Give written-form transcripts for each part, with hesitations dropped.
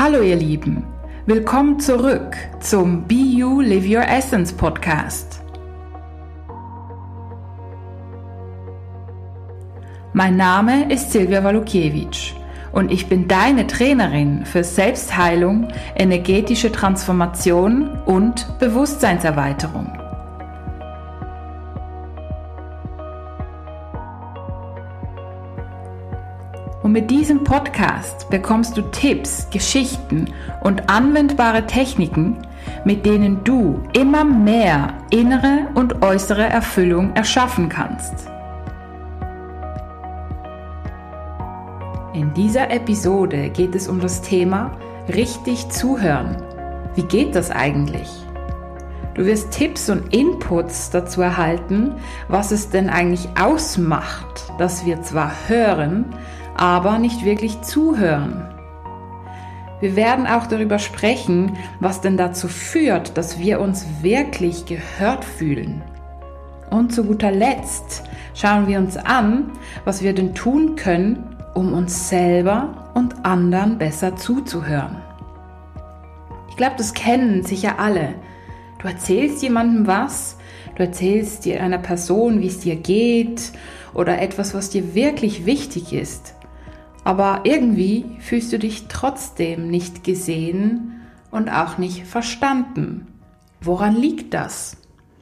Hallo ihr Lieben, willkommen zurück zum Be You Live Your Essence Podcast. Mein Name ist Silvia Walukiewicz und ich bin deine Trainerin für Selbstheilung, energetische Transformation und Bewusstseinserweiterung. Und mit diesem Podcast bekommst du Tipps, Geschichten und anwendbare Techniken, mit denen du immer mehr innere und äußere Erfüllung erschaffen kannst. In dieser Episode geht es um das Thema richtig zuhören. Wie geht das eigentlich? Du wirst Tipps und Inputs dazu erhalten, was es denn eigentlich ausmacht, dass wir zwar hören, aber nicht wirklich zuhören. Wir werden auch darüber sprechen, was denn dazu führt, dass wir uns wirklich gehört fühlen. Und zu guter Letzt schauen wir uns an, was wir denn tun können, um uns selber und anderen besser zuzuhören. Ich glaube, das kennen sicher alle. Du erzählst jemandem was, du erzählst dir einer Person, wie es dir geht oder etwas, was dir wirklich wichtig ist. Aber irgendwie fühlst du dich trotzdem nicht gesehen und auch nicht verstanden. Woran liegt das?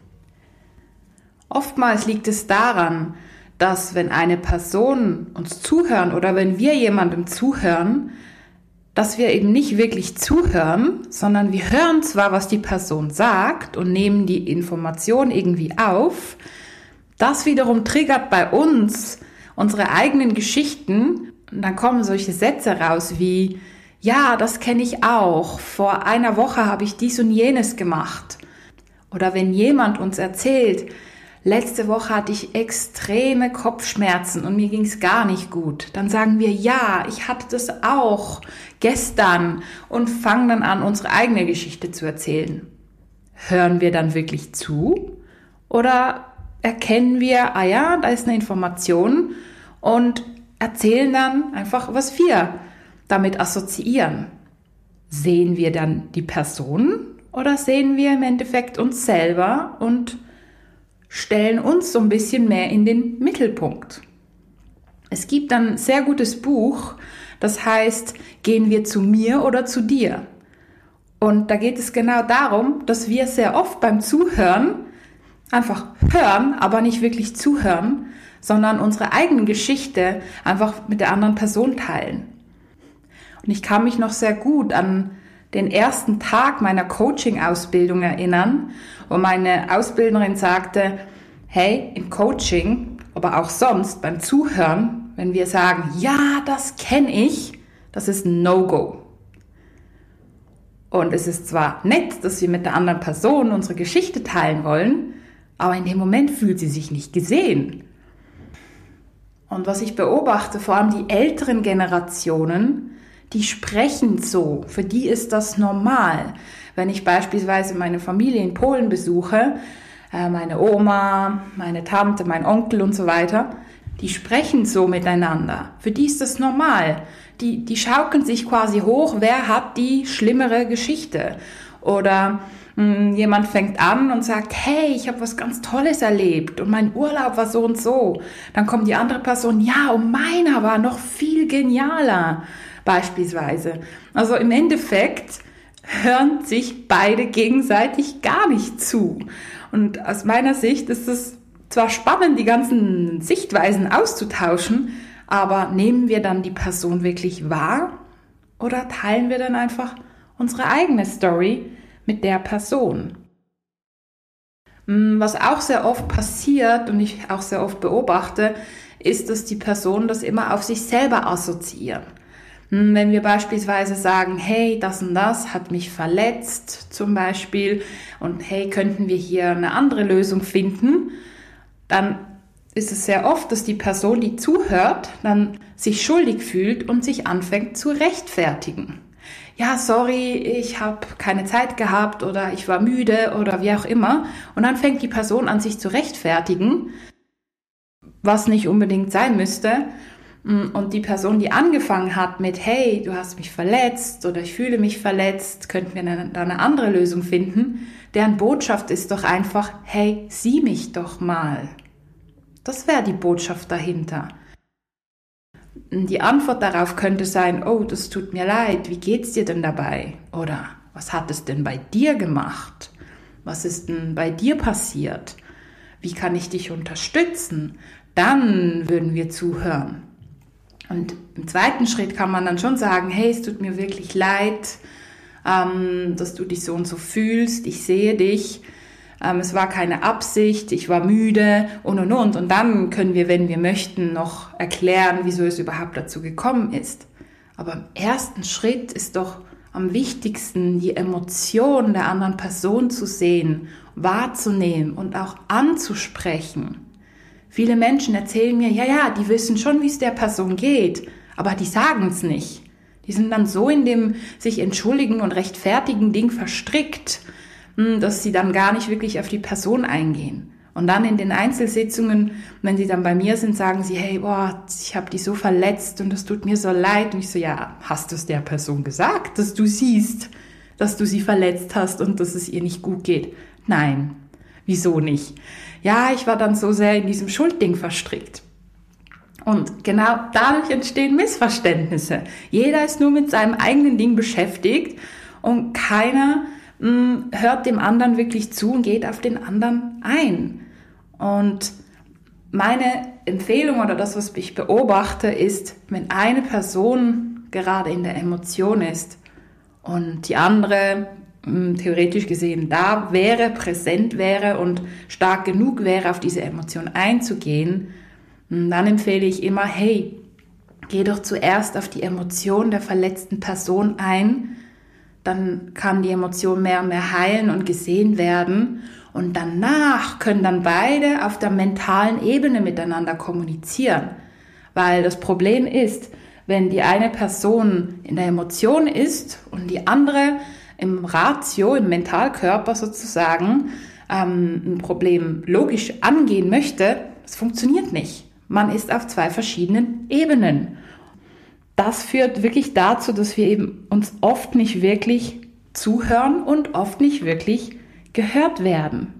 Oftmals liegt es daran, dass wenn eine Person uns zuhört oder wenn wir jemandem zuhören, dass wir eben nicht wirklich zuhören, sondern wir hören zwar, was die Person sagt und nehmen die Information irgendwie auf. Das wiederum triggert bei uns unsere eigenen Geschichten. Und dann kommen solche Sätze raus wie, ja, das kenne ich auch, vor einer Woche habe ich dies und jenes gemacht. Oder wenn jemand uns erzählt, letzte Woche hatte ich extreme Kopfschmerzen und mir ging es gar nicht gut, dann sagen wir, ja, ich hatte das auch gestern und fangen dann an, unsere eigene Geschichte zu erzählen. Hören wir dann wirklich zu oder erkennen wir, ah ja, da ist eine Information und erzählen dann einfach, was wir damit assoziieren. Sehen wir dann die Person oder sehen wir im Endeffekt uns selber und stellen uns so ein bisschen mehr in den Mittelpunkt? Es gibt ein sehr gutes Buch, das heißt, gehen wir zu mir oder zu dir? Und da geht es genau darum, dass wir sehr oft beim Zuhören einfach hören, aber nicht wirklich zuhören, sondern unsere eigene Geschichte einfach mit der anderen Person teilen. Und ich kann mich noch sehr gut an den ersten Tag meiner Coaching-Ausbildung erinnern, wo meine Ausbilderin sagte, hey, im Coaching, aber auch sonst beim Zuhören, wenn wir sagen, ja, das kenne ich, das ist ein No-Go. Und es ist zwar nett, dass wir mit der anderen Person unsere Geschichte teilen wollen, aber in dem Moment fühlt sie sich nicht gesehen. Und was ich beobachte, vor allem die älteren Generationen, die sprechen so, für die ist das normal. Wenn ich beispielsweise meine Familie in Polen besuche, meine Oma, meine Tante, mein Onkel und so weiter, die sprechen so miteinander. Für die ist das normal. Die schaukeln sich quasi hoch, wer hat die schlimmere Geschichte. Oder jemand fängt an und sagt, hey, ich habe was ganz Tolles erlebt und mein Urlaub war so und so. Dann kommt die andere Person, ja, und meiner war noch viel genialer, beispielsweise. Also im Endeffekt hören sich beide gegenseitig gar nicht zu. Und aus meiner Sicht ist es zwar spannend, die ganzen Sichtweisen auszutauschen, aber nehmen wir dann die Person wirklich wahr oder teilen wir dann einfach unsere eigene Story mit der Person? Was auch sehr oft passiert und ich auch sehr oft beobachte, ist, dass die Personen das immer auf sich selber assoziieren. Wenn wir beispielsweise sagen, hey, das und das hat mich verletzt zum Beispiel und hey, könnten wir hier eine andere Lösung finden, dann ist es sehr oft, dass die Person, die zuhört, dann sich schuldig fühlt und sich anfängt zu rechtfertigen. Ja, sorry, ich habe keine Zeit gehabt oder ich war müde oder wie auch immer. Und dann fängt die Person an, sich zu rechtfertigen, was nicht unbedingt sein müsste. Und die Person, die angefangen hat mit, hey, du hast mich verletzt oder ich fühle mich verletzt, könnten wir da eine andere Lösung finden, deren Botschaft ist doch einfach, hey, sieh mich doch mal. Das wäre die Botschaft dahinter. Die Antwort darauf könnte sein, oh, das tut mir leid, wie geht's dir denn dabei? Oder was hat es denn bei dir gemacht? Was ist denn bei dir passiert? Wie kann ich dich unterstützen? Dann würden wir zuhören. Und im zweiten Schritt kann man dann schon sagen, hey, es tut mir wirklich leid, dass du dich so und so fühlst, ich sehe dich, es war keine Absicht, ich war müde und. Und dann können wir, wenn wir möchten, noch erklären, wieso es überhaupt dazu gekommen ist. Aber im ersten Schritt ist doch am wichtigsten, die Emotionen der anderen Person zu sehen, wahrzunehmen und auch anzusprechen. Viele Menschen erzählen mir, ja, die wissen schon, wie es der Person geht, aber die sagen es nicht. Die sind dann so in dem sich entschuldigen und rechtfertigen Ding verstrickt, dass sie dann gar nicht wirklich auf die Person eingehen. Und dann in den Einzelsitzungen, wenn sie dann bei mir sind, sagen sie, hey, boah, ich habe die so verletzt und das tut mir so leid. Und ich so, ja, hast du es der Person gesagt, dass du siehst, dass du sie verletzt hast und dass es ihr nicht gut geht? Nein, wieso nicht? Ja, ich war dann so sehr in diesem Schuldding verstrickt. Und genau dadurch entstehen Missverständnisse. Jeder ist nur mit seinem eigenen Ding beschäftigt und keiner hört dem anderen wirklich zu und geht auf den anderen ein. Und meine Empfehlung oder das, was ich beobachte, ist, wenn eine Person gerade in der Emotion ist und die andere theoretisch gesehen da wäre, präsent wäre und stark genug wäre, auf diese Emotion einzugehen, dann empfehle ich immer, hey, geh doch zuerst auf die Emotion der verletzten Person ein, dann kann die Emotion mehr und mehr heilen und gesehen werden und danach können dann beide auf der mentalen Ebene miteinander kommunizieren, weil das Problem ist, wenn die eine Person in der Emotion ist und die andere im Ratio, im Mentalkörper sozusagen, ein Problem logisch angehen möchte, das funktioniert nicht. Man ist auf zwei verschiedenen Ebenen. Das führt wirklich dazu, dass wir eben uns oft nicht wirklich zuhören und oft nicht wirklich gehört werden.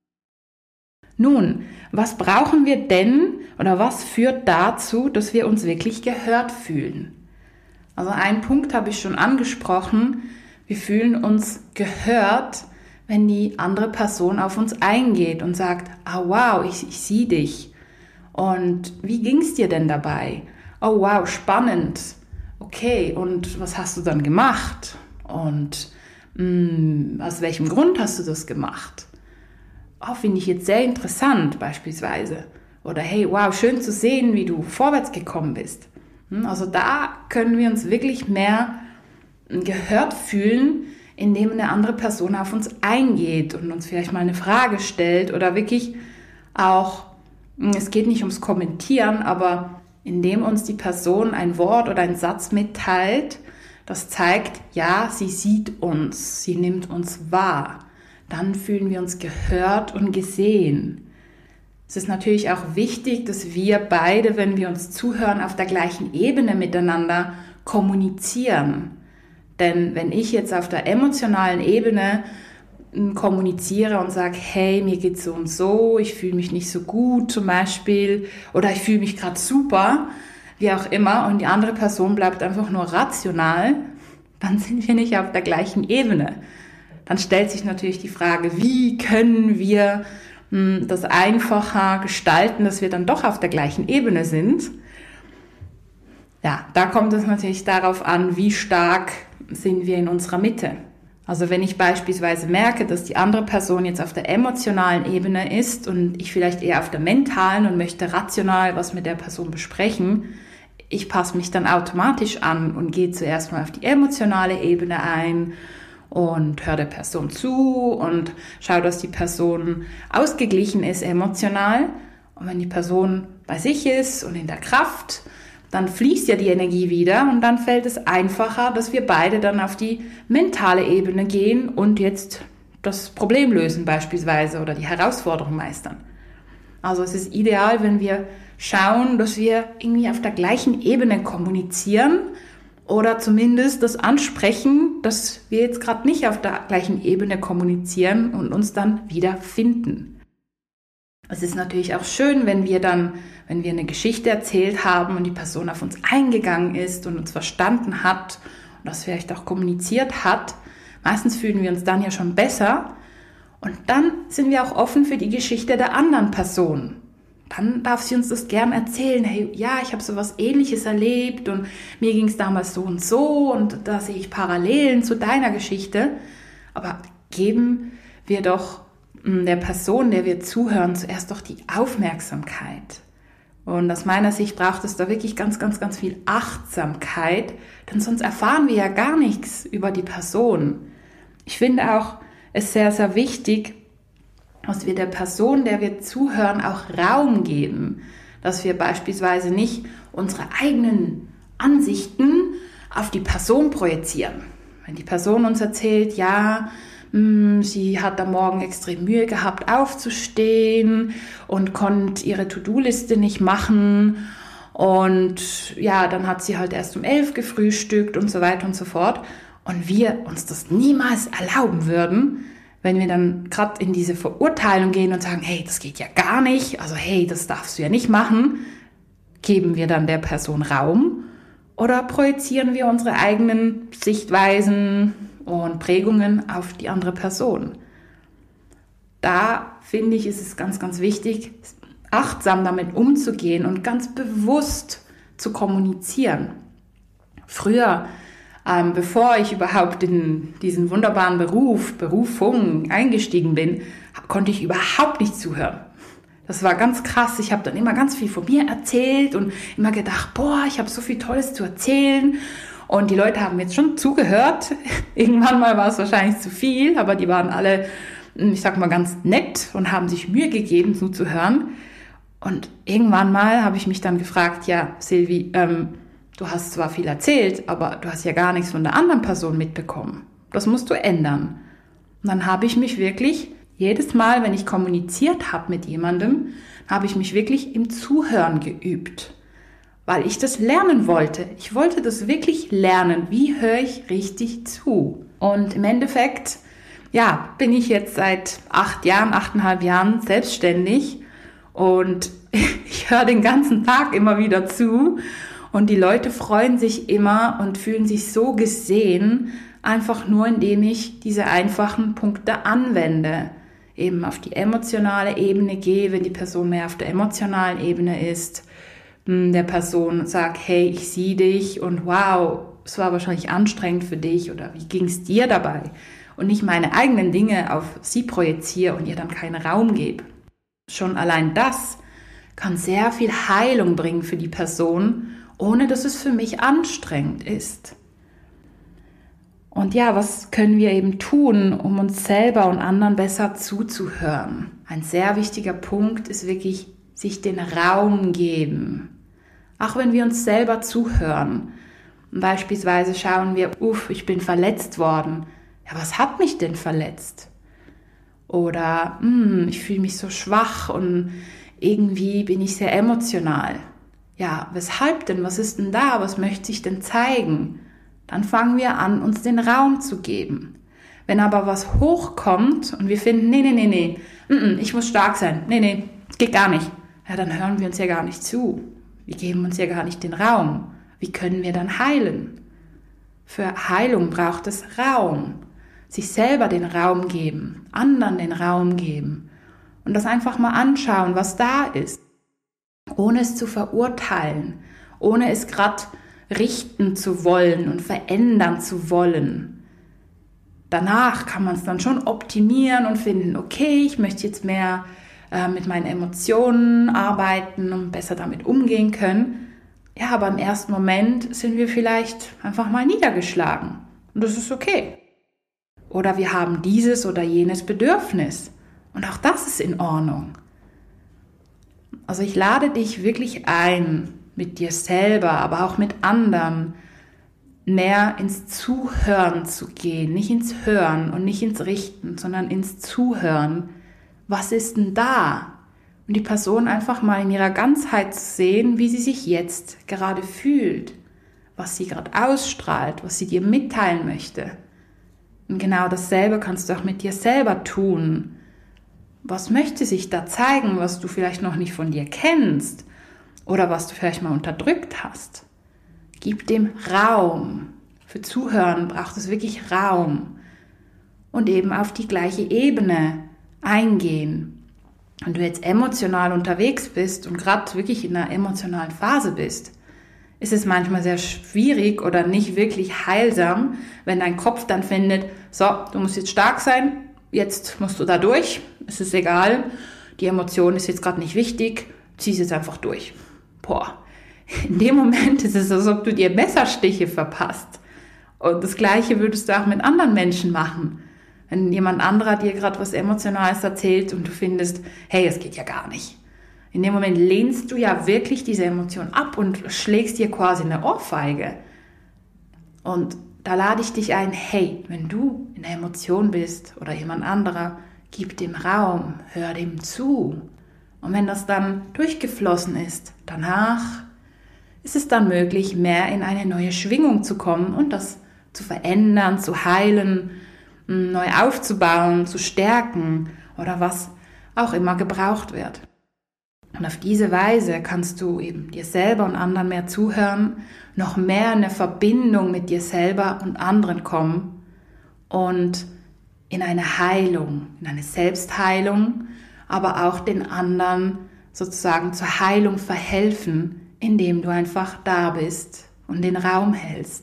Nun, was brauchen wir denn oder was führt dazu, dass wir uns wirklich gehört fühlen? Also einen Punkt habe ich schon angesprochen. Wir fühlen uns gehört, wenn die andere Person auf uns eingeht und sagt, ah wow, ich sehe dich. Und wie ging es dir denn dabei? Oh wow, spannend. Okay, und was hast du dann gemacht? Und aus welchem Grund hast du das gemacht? Oh, finde ich jetzt sehr interessant beispielsweise. Oder hey, wow, schön zu sehen, wie du vorwärts gekommen bist. Also da können wir uns wirklich mehr gehört fühlen, indem eine andere Person auf uns eingeht und uns vielleicht mal eine Frage stellt oder wirklich auch, es geht nicht ums Kommentieren, aber indem uns die Person ein Wort oder einen Satz mitteilt, das zeigt, ja, sie sieht uns, sie nimmt uns wahr. Dann fühlen wir uns gehört und gesehen. Es ist natürlich auch wichtig, dass wir beide, wenn wir uns zuhören, auf der gleichen Ebene miteinander kommunizieren. Denn wenn ich jetzt auf der emotionalen Ebene kommuniziere und sage, hey, mir geht's so und so, ich fühle mich nicht so gut zum Beispiel oder ich fühle mich gerade super, wie auch immer, und die andere Person bleibt einfach nur rational, dann sind wir nicht auf der gleichen Ebene. Dann stellt sich natürlich die Frage, wie können wir das einfacher gestalten, dass wir dann doch auf der gleichen Ebene sind. Ja, da kommt es natürlich darauf an, wie stark sind wir in unserer Mitte. Also wenn ich beispielsweise merke, dass die andere Person jetzt auf der emotionalen Ebene ist und ich vielleicht eher auf der mentalen und möchte rational was mit der Person besprechen, ich passe mich dann automatisch an und gehe zuerst mal auf die emotionale Ebene ein und höre der Person zu und schaue, dass die Person ausgeglichen ist emotional. Und wenn die Person bei sich ist und in der Kraft, dann fließt ja die Energie wieder und dann fällt es einfacher, dass wir beide dann auf die mentale Ebene gehen und jetzt das Problem lösen beispielsweise oder die Herausforderung meistern. Also es ist ideal, wenn wir schauen, dass wir irgendwie auf der gleichen Ebene kommunizieren oder zumindest das ansprechen, dass wir jetzt gerade nicht auf der gleichen Ebene kommunizieren und uns dann wieder finden. Es ist natürlich auch schön, wenn wir eine Geschichte erzählt haben und die Person auf uns eingegangen ist und uns verstanden hat und das vielleicht auch kommuniziert hat. Meistens fühlen wir uns dann ja schon besser und dann sind wir auch offen für die Geschichte der anderen Person. Dann darf sie uns das gern erzählen. Hey, ja, ich habe so was Ähnliches erlebt und mir ging es damals so und da sehe ich Parallelen zu deiner Geschichte. Aber geben wir doch der Person, der wir zuhören, zuerst doch die Aufmerksamkeit. Und aus meiner Sicht braucht es da wirklich ganz, ganz, ganz viel Achtsamkeit, denn sonst erfahren wir ja gar nichts über die Person. Ich finde auch es sehr, sehr wichtig, dass wir der Person, der wir zuhören, auch Raum geben. Dass wir beispielsweise nicht unsere eigenen Ansichten auf die Person projizieren. Wenn die Person uns erzählt, ja, sie hat am Morgen extrem Mühe gehabt, aufzustehen und konnte ihre To-Do-Liste nicht machen. Und ja, dann hat sie halt erst um 11 gefrühstückt und so weiter und so fort. Und wir uns das niemals erlauben würden, wenn wir dann gerade in diese Verurteilung gehen und sagen, hey, das geht ja gar nicht, also hey, das darfst du ja nicht machen, geben wir dann der Person Raum oder projizieren wir unsere eigenen Sichtweisen und Prägungen auf die andere Person? Da finde ich, ist es ganz, ganz wichtig, achtsam damit umzugehen und ganz bewusst zu kommunizieren. Früher, bevor ich überhaupt in diesen wunderbaren Berufung eingestiegen bin, konnte ich überhaupt nicht zuhören. Das war ganz krass. Ich habe dann immer ganz viel von mir erzählt und immer gedacht, boah, ich habe so viel Tolles zu erzählen. Und die Leute haben jetzt schon zugehört. Irgendwann mal war es wahrscheinlich zu viel, aber die waren alle, ich sag mal, ganz nett und haben sich Mühe gegeben, zuzuhören. Und irgendwann mal habe ich mich dann gefragt, ja, Silvi, du hast zwar viel erzählt, aber du hast ja gar nichts von der anderen Person mitbekommen. Das musst du ändern. Und dann habe ich mich wirklich, jedes Mal, wenn ich kommuniziert habe mit jemandem, habe ich mich wirklich im Zuhören geübt. Weil ich das lernen wollte. Ich wollte das wirklich lernen. Wie höre ich richtig zu? Und im Endeffekt, ja, bin ich jetzt seit 8,5 Jahren selbstständig und ich höre den ganzen Tag immer wieder zu. Und die Leute freuen sich immer und fühlen sich so gesehen, einfach nur indem ich diese einfachen Punkte anwende. Eben auf die emotionale Ebene gehe, wenn die Person mehr auf der emotionalen Ebene ist. Der Person sagt, hey, ich sehe dich und wow, es war wahrscheinlich anstrengend für dich oder wie ging es dir dabei? Und nicht meine eigenen Dinge auf sie projiziere und ihr dann keinen Raum gebe. Schon allein das kann sehr viel Heilung bringen für die Person, ohne dass es für mich anstrengend ist. Und ja, was können wir eben tun, um uns selber und anderen besser zuzuhören? Ein sehr wichtiger Punkt ist wirklich, sich den Raum geben. Auch wenn wir uns selber zuhören. Beispielsweise schauen wir, ich bin verletzt worden. Ja, was hat mich denn verletzt? Oder, ich fühle mich so schwach und irgendwie bin ich sehr emotional. Ja, weshalb denn? Was ist denn da? Was möchte ich denn zeigen? Dann fangen wir an, uns den Raum zu geben. Wenn aber was hochkommt und wir finden, nee, ich muss stark sein. Nee, das geht gar nicht. Ja, dann hören wir uns ja gar nicht zu. Wir geben uns ja gar nicht den Raum. Wie können wir dann heilen? Für Heilung braucht es Raum. Sich selber den Raum geben, anderen den Raum geben und das einfach mal anschauen, was da ist. Ohne es zu verurteilen, ohne es gerade richten zu wollen und verändern zu wollen. Danach kann man es dann schon optimieren und finden, okay, ich möchte jetzt mehr mit meinen Emotionen arbeiten und besser damit umgehen können. Ja, aber im ersten Moment sind wir vielleicht einfach mal niedergeschlagen und das ist okay. Oder wir haben dieses oder jenes Bedürfnis und auch das ist in Ordnung. Also ich lade dich wirklich ein, mit dir selber, aber auch mit anderen, mehr ins Zuhören zu gehen. Nicht ins Hören und nicht ins Richten, sondern ins Zuhören. Was ist denn da? und die Person einfach mal in ihrer Ganzheit zu sehen, wie sie sich jetzt gerade fühlt, was sie gerade ausstrahlt, was sie dir mitteilen möchte. Und genau dasselbe kannst du auch mit dir selber tun. Was möchte sich da zeigen, was du vielleicht noch nicht von dir kennst oder was du vielleicht mal unterdrückt hast? Gib dem Raum. Für Zuhören braucht es wirklich Raum. Und eben auf die gleiche Ebene eingehen. Wenn du jetzt emotional unterwegs bist und gerade wirklich in einer emotionalen Phase bist, ist es manchmal sehr schwierig oder nicht wirklich heilsam, wenn dein Kopf dann findet, so, du musst jetzt stark sein, jetzt musst du da durch, es ist egal, die Emotion ist jetzt gerade nicht wichtig, zieh es jetzt einfach durch. Boah, in dem Moment ist es, als ob du dir Messerstiche verpasst. Und das Gleiche würdest du auch mit anderen Menschen machen. Wenn jemand anderer dir gerade was Emotionales erzählt und du findest, hey, es geht ja gar nicht. In dem Moment lehnst du ja wirklich diese Emotion ab und schlägst dir quasi eine Ohrfeige. Und da lade ich dich ein, hey, wenn du in der Emotion bist oder jemand anderer, gib dem Raum, hör dem zu. Und wenn das dann durchgeflossen ist, danach ist es dann möglich, mehr in eine neue Schwingung zu kommen und das zu verändern, zu heilen, neu aufzubauen, zu stärken oder was auch immer gebraucht wird. Und auf diese Weise kannst du eben dir selber und anderen mehr zuhören, noch mehr in eine Verbindung mit dir selber und anderen kommen und in eine Heilung, in eine Selbstheilung, aber auch den anderen sozusagen zur Heilung verhelfen, indem du einfach da bist und den Raum hältst.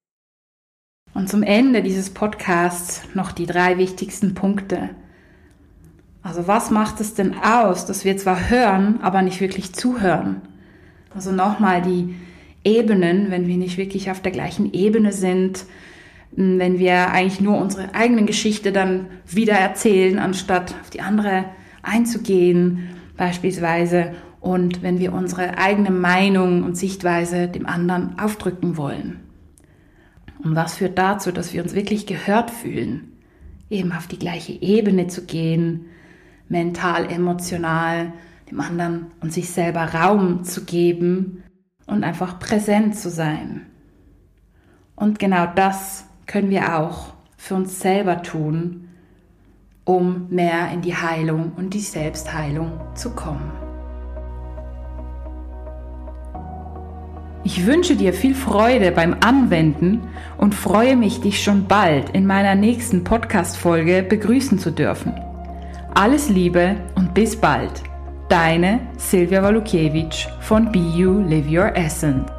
Und zum Ende dieses Podcasts noch die 3 wichtigsten Punkte. Also was macht es denn aus, dass wir zwar hören, aber nicht wirklich zuhören? Also nochmal die Ebenen, wenn wir nicht wirklich auf der gleichen Ebene sind, wenn wir eigentlich nur unsere eigene Geschichte dann wieder erzählen, anstatt auf die andere einzugehen, beispielsweise, und wenn wir unsere eigene Meinung und Sichtweise dem anderen aufdrücken wollen. Und was führt dazu, dass wir uns wirklich gehört fühlen, eben auf die gleiche Ebene zu gehen, mental, emotional, dem anderen und sich selber Raum zu geben und einfach präsent zu sein. Und genau das können wir auch für uns selber tun, um mehr in die Heilung und die Selbstheilung zu kommen. Ich wünsche dir viel Freude beim Anwenden und freue mich, dich schon bald in meiner nächsten Podcast-Folge begrüßen zu dürfen. Alles Liebe und bis bald. Deine Silvia Walukiewicz von Be You Live Your Essence.